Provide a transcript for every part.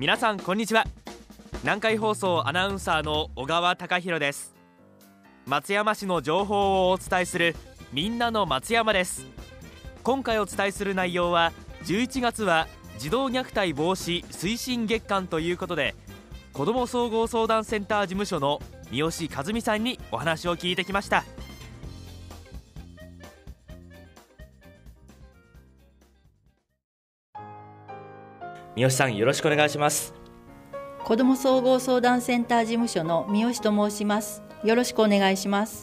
皆さんこんにちは。南海放送アナウンサーの小川貴博です。松山市の情報をお伝えするみんなの松山です。今回お伝えする内容は、11月は児童虐待防止推進月間ということで、子ども総合相談センター事務所の三好和美さんにお話を聞いてきました。三好さん、よろしくお願いします。 子ども総合相談センター事務所の三好と申します。よろしくお願いします。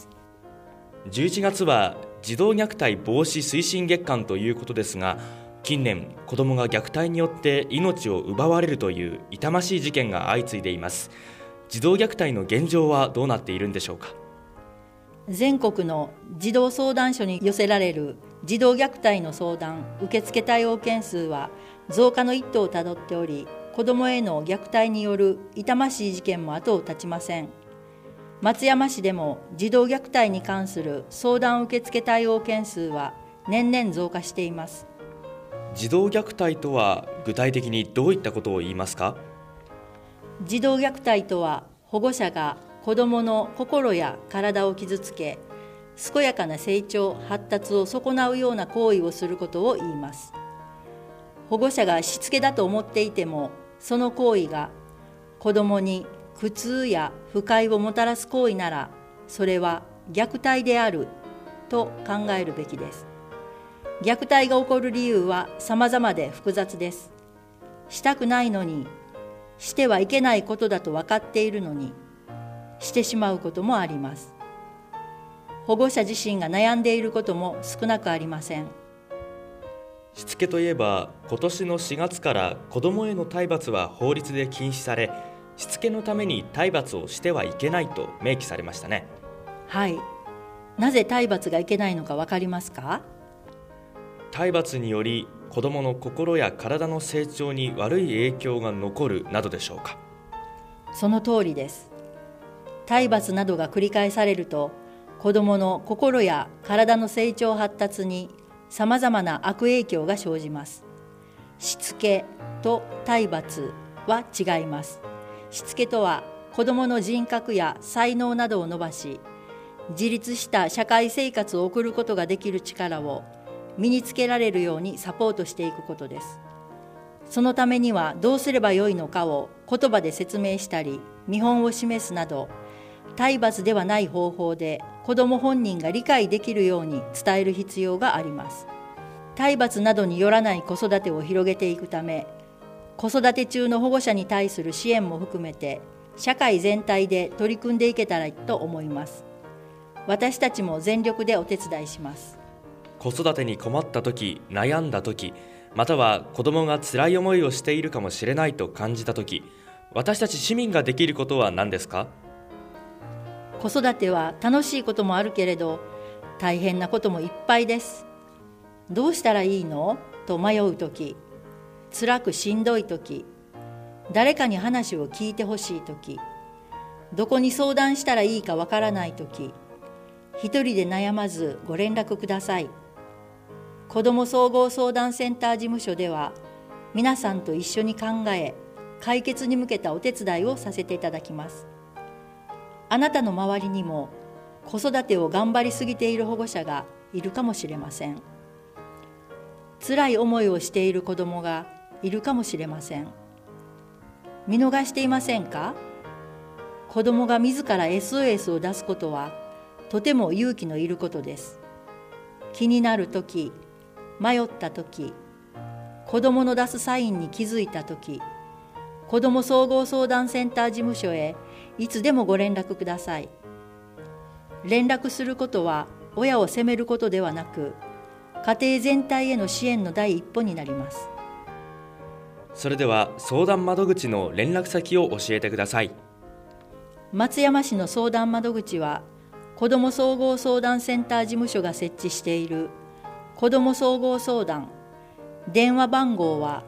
11月は児童虐待防止推進月間ということですが、近年子どもが虐待によって命を奪われるという痛ましい事件が相次いでいます。児童虐待の現状はどうなっているんでしょうか。 全国の児童相談所に寄せられる児童虐待の相談受付対応件数は増加の一途をたどっており、子どもへの虐待による痛ましい事件も後を絶ちません。松山市でも児童虐待に関する相談受付対応件数は年々増加しています。 児童虐待とは具体的にどういったことを言いますか。 児童虐待とは、保護者が子どもの心や体を傷つけ、健やかな成長・発達を損なうような行為をすることを言います。保護者がしつけだと思っていても、その行為が子どもに苦痛や不快をもたらす行為なら、それは虐待であると考えるべきです。虐待が起こる理由は様々で複雑です。したくないのに、してはいけないことだと分かっているのに、してしまうこともあります。保護者自身が悩んでいることも少なくありません。 しつけといえば、今年の4月から子どもへの体罰は法律で禁止され、しつけのために体罰をしてはいけないと明記されましたね。 はい。なぜ体罰がいけないのか分かりますか？ 体罰により子どもの心や体の成長に悪い影響が残るなどでしょうか。 その通りです。体罰などが繰り返されると、子どもの心や体の成長発達にさまざまな悪影響が生じます。しつけと体罰は違います。しつけとは、子どもの人格や才能などを伸ばし、自立した社会生活を送ることができる力を身につけられるようにサポートしていくことです。そのためにはどうすればよいのかを言葉で説明したり、見本を示すなど、体罰ではない方法で子ども本人が理解できるように伝える必要があります。体罰などによらない子育てを広げていくため、子育て中の保護者に対する支援も含めて、社会全体で取り組んでいけたらと思います。私たちも全力でお手伝いします。 子育てに困った時、悩んだ時、または子どもが辛い思いをしているかもしれないと感じた時、私たち市民ができることは何ですか？ 子育ては楽しいこともあるけれど、大変なこともいっぱいです。どうしたらいいのと迷うとき、辛くしんどいとき、誰かに話を聞いてほしいとき、どこに相談したらいいかわからないとき、一人で悩まずご連絡ください。子ども総合相談センター事務所では、皆さんと一緒に考え、解決に向けたお手伝いをさせていただきます。あなたの周りにも子育てを頑張りすぎている保護者がいるかもしれません。辛い思いをしている子どもがいるかもしれません。見逃していませんか？子どもが自ら SOS を出すことはとても勇気のいることです。気になるとき、迷ったとき、子どもの出すサインに気づいたとき、子ども総合相談センター事務所へいつでもご連絡ください。連絡することは親を責めることではなく、家庭全体への支援の第一歩になります。 それでは相談窓口の連絡先を教えてください。 松山市の相談窓口は、子ども総合相談センター事務所が設置している子ども総合相談、電話番号は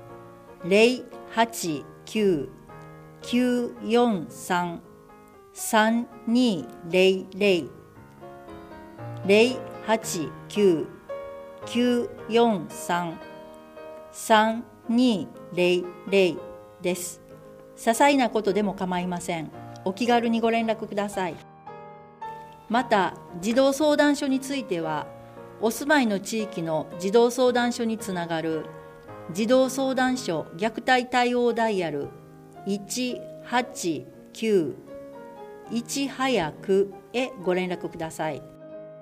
089-943-3200 089-943-3200です。 些細なことでも構いません。お気軽にご連絡ください。また、児童相談所については、お住まいの地域の児童相談所につながる児童相談所虐待対応ダイヤル189いち早くへご連絡ください。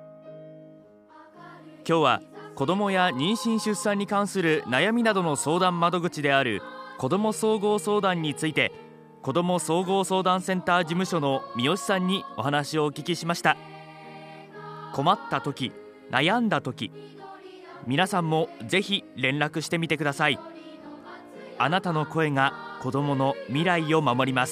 今日は子どもや妊娠出産に関する悩みなどの相談窓口である子ども総合相談について、子ども総合相談センター事務所の三好さんにお話をお聞きしました。困った時、悩んだ時、皆さんもぜひ連絡してみてください。あなたの声が子どもの未来を守ります。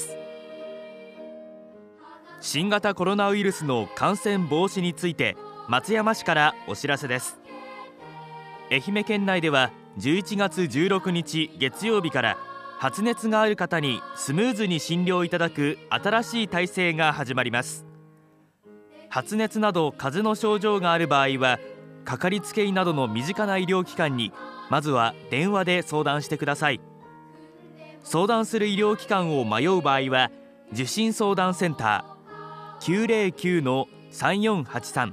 新型コロナウイルスの感染防止について松山市からお知らせです。愛媛県内では11月16日月曜日から発熱がある方にスムーズに診療いただく新しい体制が始まります。発熱など風邪の症状がある場合は、かかりつけ医などの身近な医療機関にまずは電話で相談してください。相談する医療機関を迷う場合は、受診相談センター 909-3483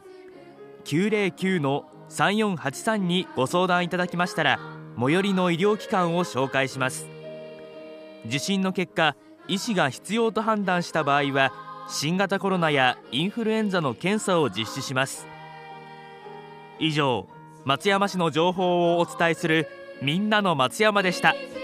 909-3483 にご相談いただきましたら、最寄りの医療機関を紹介します。受診の結果、医師が必要と判断した場合は、新型コロナやインフルエンザの検査を実施します。以上、松山市の情報をお伝えするみんなの松山でした。